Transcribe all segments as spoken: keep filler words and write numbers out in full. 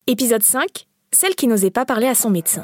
Épisode cinq, celle qui n'osait pas parler à son médecin.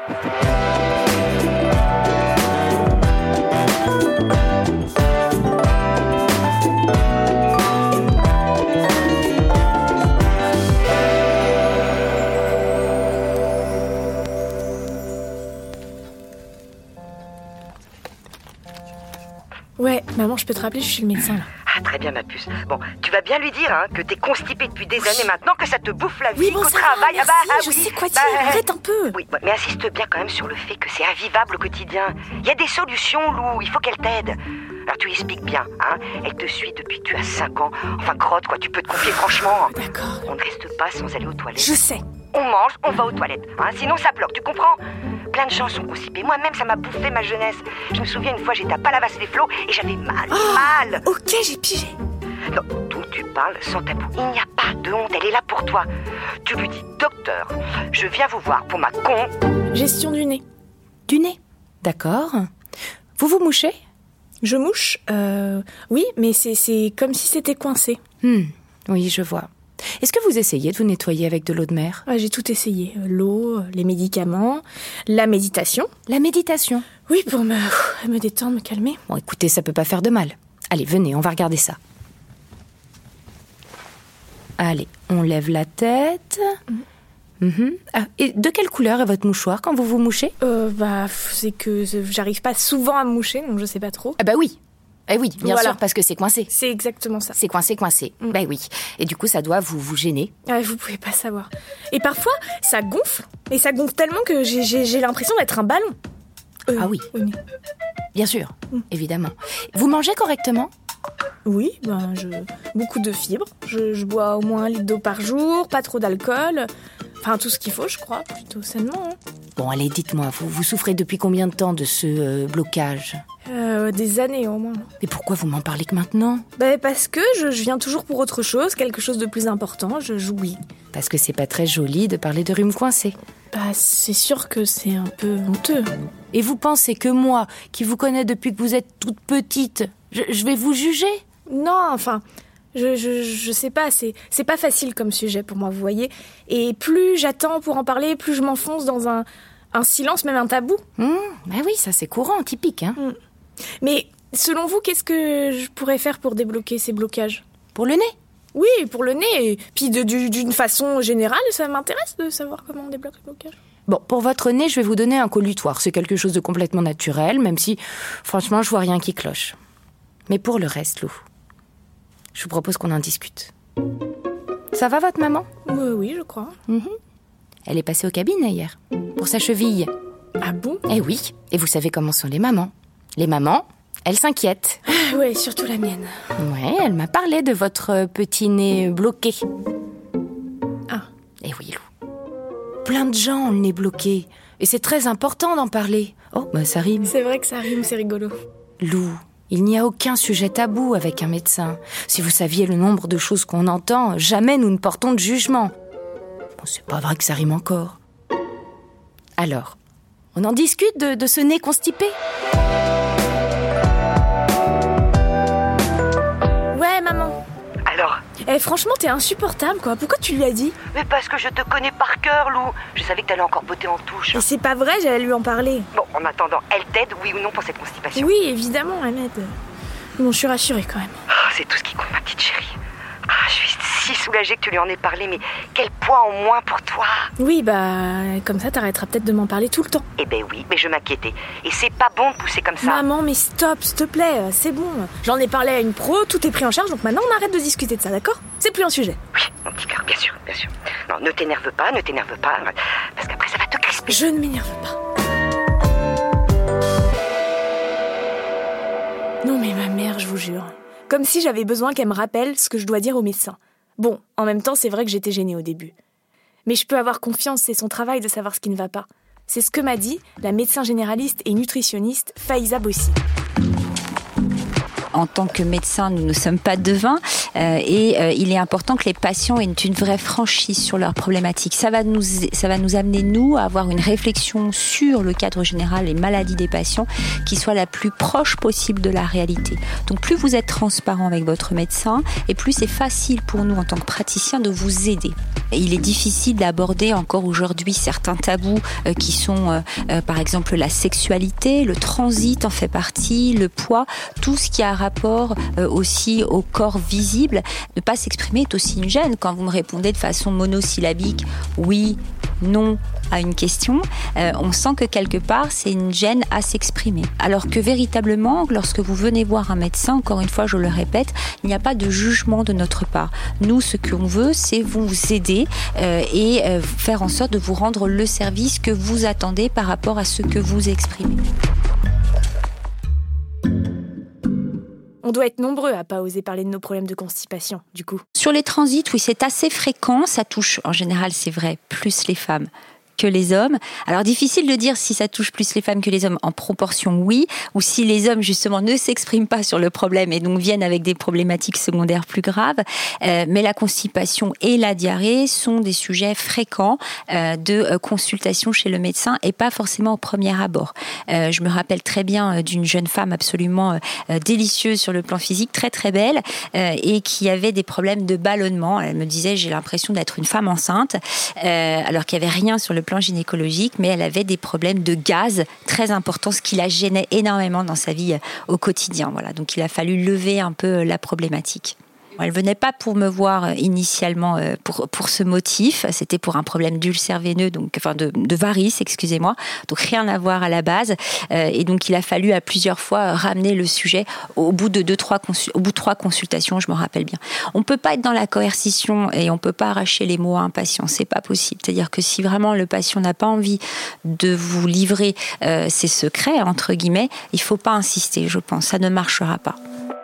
Ouais, maman, je peux te rappeler, je suis le médecin là. Ah, très bien, ma puce. Bon, tu vas bien lui dire hein, que t'es constipée depuis des années maintenant, que ça te bouffe la vie, oui, bon, qu'au ça travail... va, ah bah, merci, ah, je oui, sais quoi bah, dire, arrête un peu. Oui, mais insiste bien quand même sur le fait que c'est invivable au quotidien. Il y a des solutions, Lou, il faut qu'elle t'aide. Alors tu expliques bien, hein. Elle te suit depuis que tu as cinq ans. Enfin, crotte, quoi, tu peux te confier franchement. D'accord. On ne reste pas sans aller aux toilettes. Je sais. On mange, on va aux toilettes, hein, sinon ça bloque, tu comprends? Plein de gens sont constipés, moi-même ça m'a bouffé ma jeunesse. Je me souviens une fois, j'étais à Palavas-les-Flots et j'avais mal, Oh, mal. Ok, j'ai pigé. Non, d'où tu parles sans tabou. Il n'y a pas de honte, elle est là pour toi. Tu lui dis, docteur, je viens vous voir pour ma con... Gestion du nez. Du nez. D'accord. Vous vous mouchez? Je mouche euh, Oui, mais c'est, c'est comme si c'était coincé. Hmm, oui, je vois. Est-ce que vous essayez de vous nettoyer avec de l'eau de mer? Ouais, j'ai tout essayé. L'eau, les médicaments, la méditation. La méditation? Oui, pour me, me détendre, me calmer. Bon, écoutez, ça peut pas faire de mal. Allez, venez, on va regarder ça. Allez, on lève la tête. Mmh. Mmh. Ah, et de quelle couleur est votre mouchoir quand vous vous mouchez? Euh, bah, c'est que j'arrive pas souvent à me moucher, donc je sais pas trop. Ah bah oui. Eh oui, bien Voilà. sûr, parce que c'est coincé. C'est exactement ça. C'est coincé, coincé. Mm. Bah oui. Et du coup, ça doit vous, vous gêner. Ah, vous pouvez pas savoir. Et parfois, ça gonfle. Et ça gonfle tellement que j'ai, j'ai, j'ai l'impression d'être un ballon. Euh, Ah oui. au nez. Bien sûr, Mm. évidemment. Vous mangez correctement? Oui, ben, je... beaucoup de fibres. Je, je bois au moins un litre d'eau par jour, pas trop d'alcool. Enfin, tout ce qu'il faut, je crois, plutôt sainement. Hein. Bon, allez, dites-moi, vous, vous souffrez depuis combien de temps de ce euh, blocage? Euh, des années au moins. Mais pourquoi vous m'en parlez que maintenant? Ben, parce que je, je viens toujours pour autre chose, quelque chose de plus important, je j'oublie. Parce que c'est pas très joli de parler de rhume coincé. Bah, c'est sûr que c'est un peu honteux. Et vous pensez que moi, qui vous connais depuis que vous êtes toute petite, je, je vais vous juger? Non, enfin, je, je, je sais pas, c'est, c'est pas facile comme sujet pour moi, vous voyez. Et plus j'attends pour en parler, plus je m'enfonce dans un, un silence, même un tabou. Mmh, bah oui, ça c'est courant, typique, hein. Mmh. Mais selon vous, qu'est-ce que je pourrais faire pour débloquer ces blocages? Pour le nez? Oui, pour le nez, et puis de, du- d'une façon générale, ça m'intéresse de savoir comment on débloque le blocage. Bon, pour votre nez, je vais vous donner un collutoire. C'est quelque chose de complètement naturel, même si, franchement, je vois rien qui cloche. Mais pour le reste, Lou, je vous propose qu'on en discute. Ça va, votre maman? Euh, oui, je crois. Mhm. Elle est passée au cabinet hier, pour sa cheville. Ah bon? Eh oui, et vous savez comment sont les mamans. Les mamans, elles s'inquiètent. Ouais, surtout la mienne. Ouais, elle m'a parlé de votre petit nez bloqué. Ah. Eh oui, Lou. Plein de gens ont le nez bloqué. Et c'est très important d'en parler. Oh, bah ça rime. C'est vrai que ça rime, c'est rigolo. Lou, il n'y a aucun sujet tabou avec un médecin. Si vous saviez le nombre de choses qu'on entend, jamais nous ne portons de jugement. Bon, c'est pas vrai que ça rime encore. Alors, on en discute de, de ce nez constipé? Ouais, maman. Alors? Eh, franchement, t'es insupportable, quoi. Pourquoi tu lui as dit? Mais parce que je te connais par cœur, Lou. Je savais que t'allais encore botter en touche. Et c'est pas vrai, j'allais lui en parler. Bon, en attendant, elle t'aide, oui ou non, pour cette constipation? Oui, évidemment, elle m'aide. Bon, je suis rassurée quand même. Oh, c'est tout ce qui compte, ma petite chérie. Ah, je suis si soulagée que tu lui en aies parlé, mais quel poids en moins pour toi. Oui, bah, comme ça, t'arrêteras peut-être de m'en parler tout le temps. Eh ben oui, mais je m'inquiétais. Et c'est pas bon de pousser comme ça. Maman, mais stop, s'il te plaît, c'est bon. J'en ai parlé à une pro, tout est pris en charge, donc maintenant on arrête de discuter de ça, d'accord? C'est plus un sujet. Oui, mon petit cœur, bien sûr, bien sûr. Non, ne t'énerve pas, ne t'énerve pas, parce qu'après ça va te crisper. Je ne m'énerve pas. Non mais ma mère, je vous jure. Comme si j'avais besoin qu'elle me rappelle ce que je dois dire au médecin. Bon, en même temps, c'est vrai que j'étais gênée au début. Mais je peux avoir confiance, c'est son travail de savoir ce qui ne va pas. C'est ce que m'a dit la médecin généraliste et nutritionniste Faiza Bossi. en tant que médecin, nous ne sommes pas devins euh, et euh, il est important que les patients aient une, une vraie franchise sur leurs problématiques. Ça va nous, ça va nous amener, nous, à avoir une réflexion sur le cadre général, les maladies des patients, qui soit la plus proche possible de la réalité. Donc plus vous êtes transparent avec votre médecin et plus c'est facile pour nous en tant que praticiens de vous aider. Il est difficile d'aborder encore aujourd'hui certains tabous euh, qui sont euh, euh, par exemple la sexualité, le transit en fait partie, le poids, tout ce qui a rapport euh, aussi au corps visible. Ne pas s'exprimer est aussi une gêne. Quand vous me répondez de façon monosyllabique, oui, non, à une question, euh, on sent que quelque part c'est une gêne à s'exprimer. Alors que véritablement, lorsque vous venez voir un médecin, encore une fois je le répète, il n'y a pas de jugement de notre part. Nous, ce qu'on veut, c'est vous aider euh, et euh, faire en sorte de vous rendre le service que vous attendez par rapport à ce que vous exprimez. On doit être nombreux à pas oser parler de nos problèmes de constipation, du coup. Sur les transits, oui, c'est assez fréquent. Ça touche, en général, c'est vrai, plus les femmes que les hommes. Alors, difficile de dire si ça touche plus les femmes que les hommes. En proportion, oui. Ou si les hommes, justement, ne s'expriment pas sur le problème et donc viennent avec des problématiques secondaires plus graves. Euh, mais la constipation et la diarrhée sont des sujets fréquents euh, de euh, consultation chez le médecin et pas forcément au premier abord. Euh, je me rappelle très bien euh, d'une jeune femme absolument euh, délicieuse sur le plan physique, très très belle, euh, et qui avait des problèmes de ballonnement. Elle me disait, j'ai l'impression d'être une femme enceinte, euh, alors qu'il n'y avait rien sur le plan gynécologique, mais elle avait des problèmes de gaz très importants, ce qui la gênait énormément dans sa vie au quotidien. Voilà, donc il a fallu lever un peu la problématique. Elle venait pas pour me voir initialement pour pour ce motif, c'était pour un problème d'ulcère veineux, donc enfin de, de varices, excusez-moi, donc rien à voir à la base. Euh, et donc il a fallu à plusieurs fois ramener le sujet au bout de deux trois consul- au bout de trois consultations, je me rappelle bien. On peut pas être dans la coercition et on peut pas arracher les mots à un patient, c'est pas possible. C'est-à-dire que si vraiment le patient n'a pas envie de vous livrer euh, ses secrets entre guillemets, il faut pas insister, je pense, ça ne marchera pas.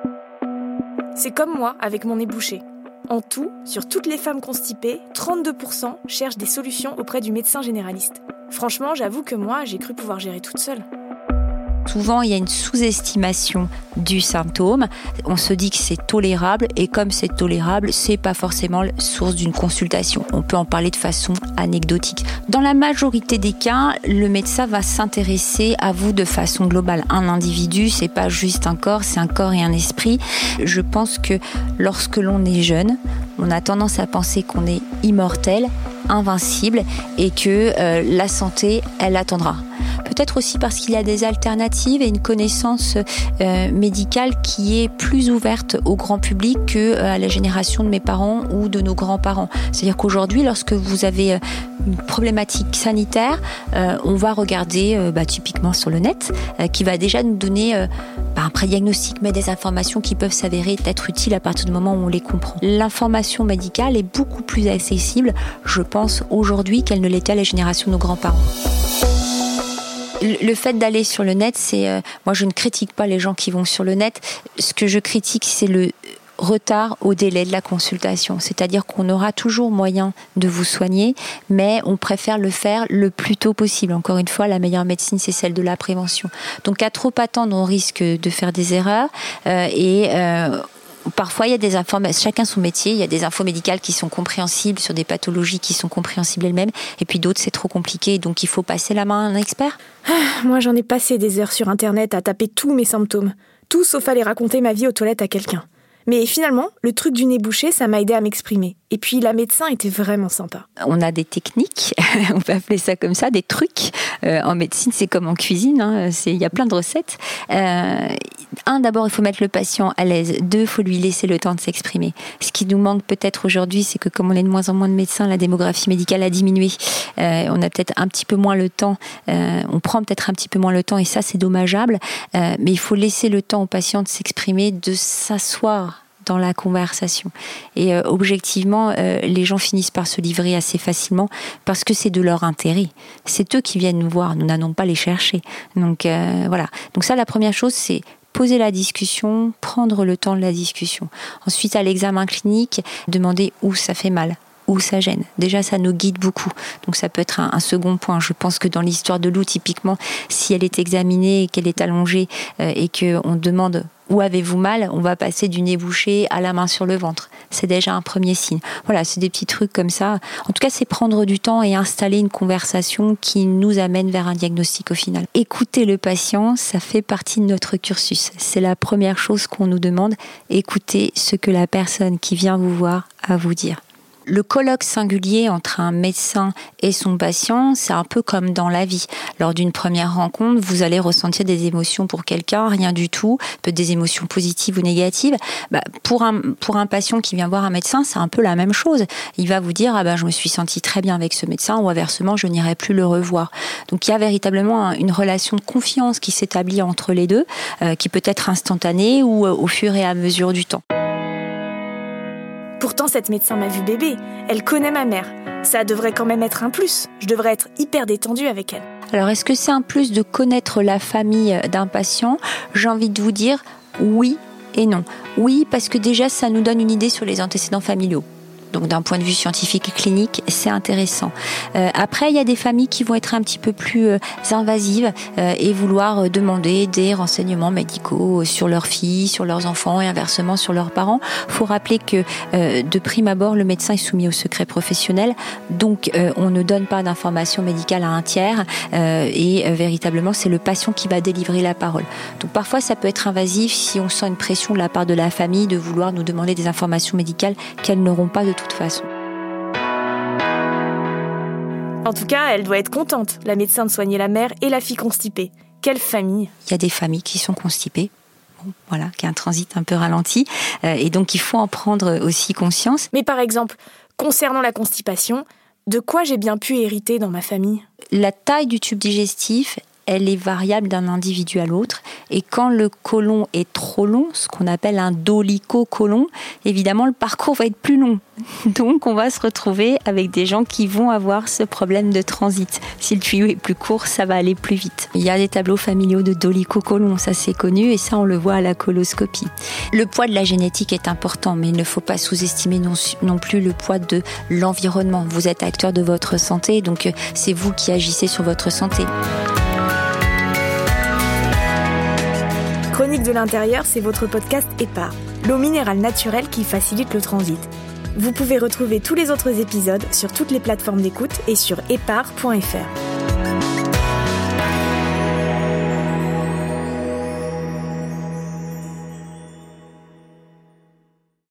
C'est comme moi avec mon nez bouché. En tout, sur toutes les femmes constipées, trente-deux pour cent cherchent des solutions auprès du médecin généraliste. Franchement, j'avoue que moi, j'ai cru pouvoir gérer toute seule. Souvent, il y a une sous-estimation du symptôme. On se dit que c'est tolérable et comme c'est tolérable, c'est pas forcément source d'une consultation. On peut en parler de façon anecdotique. Dans la majorité des cas, le médecin va s'intéresser à vous de façon globale. Un individu, c'est pas juste un corps, c'est un corps et un esprit. Je pense que lorsque l'on est jeune, on a tendance à penser qu'on est immortel, invincible et que euh, la santé, elle attendra. Peut-être aussi parce qu'il y a des alternatives et une connaissance euh, médicale qui est plus ouverte au grand public que euh, à la génération de mes parents ou de nos grands-parents. C'est-à-dire qu'aujourd'hui, lorsque vous avez euh, une problématique sanitaire, euh, on va regarder euh, bah, typiquement sur le net, euh, qui va déjà nous donner euh, bah, un pré-diagnostic, mais des informations qui peuvent s'avérer être utiles à partir du moment où on les comprend. L'information médicale est beaucoup plus accessible, je pense, aujourd'hui qu'elle ne l'était à la génération de nos grands-parents. Le fait d'aller sur le net, c'est euh, moi je ne critique pas les gens qui vont sur le net. Ce que je critique, c'est le retard au délai de la consultation. C'est-à-dire qu'on aura toujours moyen de vous soigner, mais on préfère le faire le plus tôt possible. Encore une fois, la meilleure médecine, c'est celle de la prévention. Donc à trop attendre, on risque de faire des erreurs euh, et euh, parfois, il y a des informations, chacun son métier, il y a des infos médicales qui sont compréhensibles sur des pathologies qui sont compréhensibles elles-mêmes, et puis d'autres, c'est trop compliqué, donc il faut passer la main à un expert. Ah, moi, j'en ai passé des heures sur Internet à taper tous mes symptômes, tout sauf aller raconter ma vie aux toilettes à quelqu'un. Mais finalement, le truc du nez bouché, ça m'a aidé à m'exprimer. Et puis, la médecin était vraiment sympa. On a des techniques, on peut appeler ça comme ça, des trucs. Euh, en médecine, c'est comme en cuisine, hein, il y a plein de recettes. Euh, un, d'abord, il faut mettre le patient à l'aise. Deux, il faut lui laisser le temps de s'exprimer. Ce qui nous manque peut-être aujourd'hui, c'est que comme on est de moins en moins de médecins, la démographie médicale a diminué. Euh, on a peut-être un petit peu moins le temps, euh, on prend peut-être un petit peu moins le temps, et ça, c'est dommageable. Euh, mais il faut laisser le temps au patient de s'exprimer, de s'asseoir dans la conversation. Et euh, objectivement, euh, les gens finissent par se livrer assez facilement parce que c'est de leur intérêt. C'est eux qui viennent nous voir, nous n'allons pas les chercher. Donc euh, voilà. Donc ça, la première chose, c'est poser la discussion, prendre le temps de la discussion. Ensuite, à l'examen clinique, demander où ça fait mal, où ça gêne. Déjà, ça nous guide beaucoup. Donc, ça peut être un, un second point. Je pense que dans l'histoire de Lou, typiquement, si elle est examinée et qu'elle est allongée euh, et qu'on demande Où avez-vous mal ? On va passer du nez bouché à la main sur le ventre. C'est déjà un premier signe. Voilà, c'est des petits trucs comme ça. En tout cas, c'est prendre du temps et installer une conversation qui nous amène vers un diagnostic au final. Écouter le patient, ça fait partie de notre cursus. C'est la première chose qu'on nous demande. Écoutez ce que la personne qui vient vous voir a à vous dire. Le colloque singulier entre un médecin et son patient, c'est un peu comme dans la vie. Lors d'une première rencontre, vous allez ressentir des émotions pour quelqu'un, rien du tout, peut-être des émotions positives ou négatives. Bah, pour un, pour un patient qui vient voir un médecin, c'est un peu la même chose. Il va vous dire, ah ben, je me suis senti très bien avec ce médecin, ou inversement, je n'irai plus le revoir. Donc il y a véritablement une relation de confiance qui s'établit entre les deux, euh, qui peut être instantanée ou euh, au fur et à mesure du temps. Pourtant, cette médecin m'a vu bébé. Elle connaît ma mère. Ça devrait quand même être un plus. Je devrais être hyper détendue avec elle. Alors, est-ce que c'est un plus de connaître la famille d'un patient ? J'ai envie de vous dire oui et non. Oui, parce que déjà, ça nous donne une idée sur les antécédents familiaux. Donc d'un point de vue scientifique et clinique, c'est intéressant. Euh, après, il y a des familles qui vont être un petit peu plus euh, invasives euh, et vouloir euh, demander des renseignements médicaux sur leurs filles, sur leurs enfants et inversement sur leurs parents. Il faut rappeler que euh, de prime abord, le médecin est soumis au secret professionnel, donc euh, on ne donne pas d'informations médicales à un tiers euh, et euh, véritablement, c'est le patient qui va délivrer la parole. Donc parfois, ça peut être invasif si on sent une pression de la part de la famille de vouloir nous demander des informations médicales qu'elles n'auront pas de tout. De toute façon. En tout cas, elle doit être contente, la médecin, de soigner la mère et la fille constipée. Quelle famille ! Il y a des familles qui sont constipées, bon, voilà, qui a un transit un peu ralenti, euh, et donc il faut en prendre aussi conscience. Mais par exemple, concernant la constipation, de quoi j'ai bien pu hériter dans ma famille ? La taille du tube digestif, elle est variable d'un individu à l'autre. Et quand le côlon est trop long, ce qu'on appelle un dolicho-côlon, évidemment, le parcours va être plus long. Donc, on va se retrouver avec des gens qui vont avoir ce problème de transit. Si le tuyau est plus court, ça va aller plus vite. Il y a des tableaux familiaux de dolicho-côlon, ça c'est connu, et ça, on le voit à la coloscopie. Le poids de la génétique est important, mais il ne faut pas sous-estimer non, non plus le poids de l'environnement. Vous êtes acteur de votre santé, donc c'est vous qui agissez sur votre santé. Chronique de l'intérieur, c'est votre podcast Épar, l'eau minérale naturelle qui facilite le transit. Vous pouvez retrouver tous les autres épisodes sur toutes les plateformes d'écoute et sur épar point f r.